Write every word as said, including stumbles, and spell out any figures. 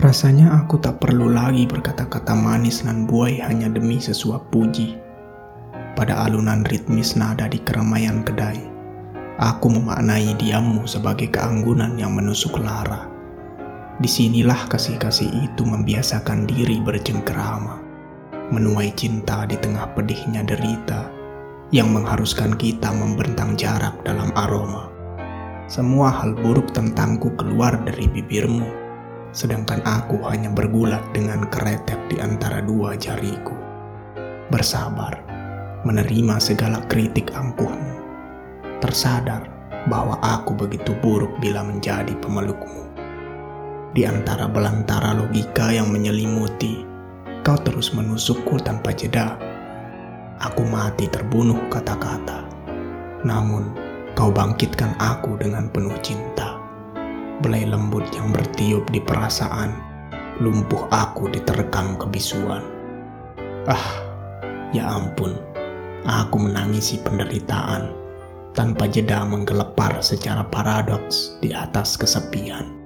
Rasanya aku tak perlu lagi berkata-kata manis nan buai hanya demi sesuap puji. Pada alunan ritmis nada di keramaian kedai, aku memaknai diammu sebagai keanggunan yang menusuk lara. Disinilah kasih-kasih itu membiasakan diri bercengkerama, menuai cinta di tengah pedihnya derita yang mengharuskan kita membentang jarak dalam aroma. Semua hal buruk tentangku keluar dari bibirmu, sedangkan aku hanya bergulat dengan keretek di antara dua jariku. Bersabar, menerima segala kritik angkuhmu, tersadar bahwa aku begitu buruk bila menjadi pemelukmu. Di antara belantara logika yang menyelimuti, kau terus menusukku tanpa jeda. Aku mati terbunuh kata-kata, namun kau bangkitkan aku dengan penuh cinta. Belai lembut yang bertiup di perasaan, lumpuh aku diterkam kebisuan. Ah, ya ampun, aku menangisi penderitaan tanpa jeda menggelepar secara paradoks di atas kesepian.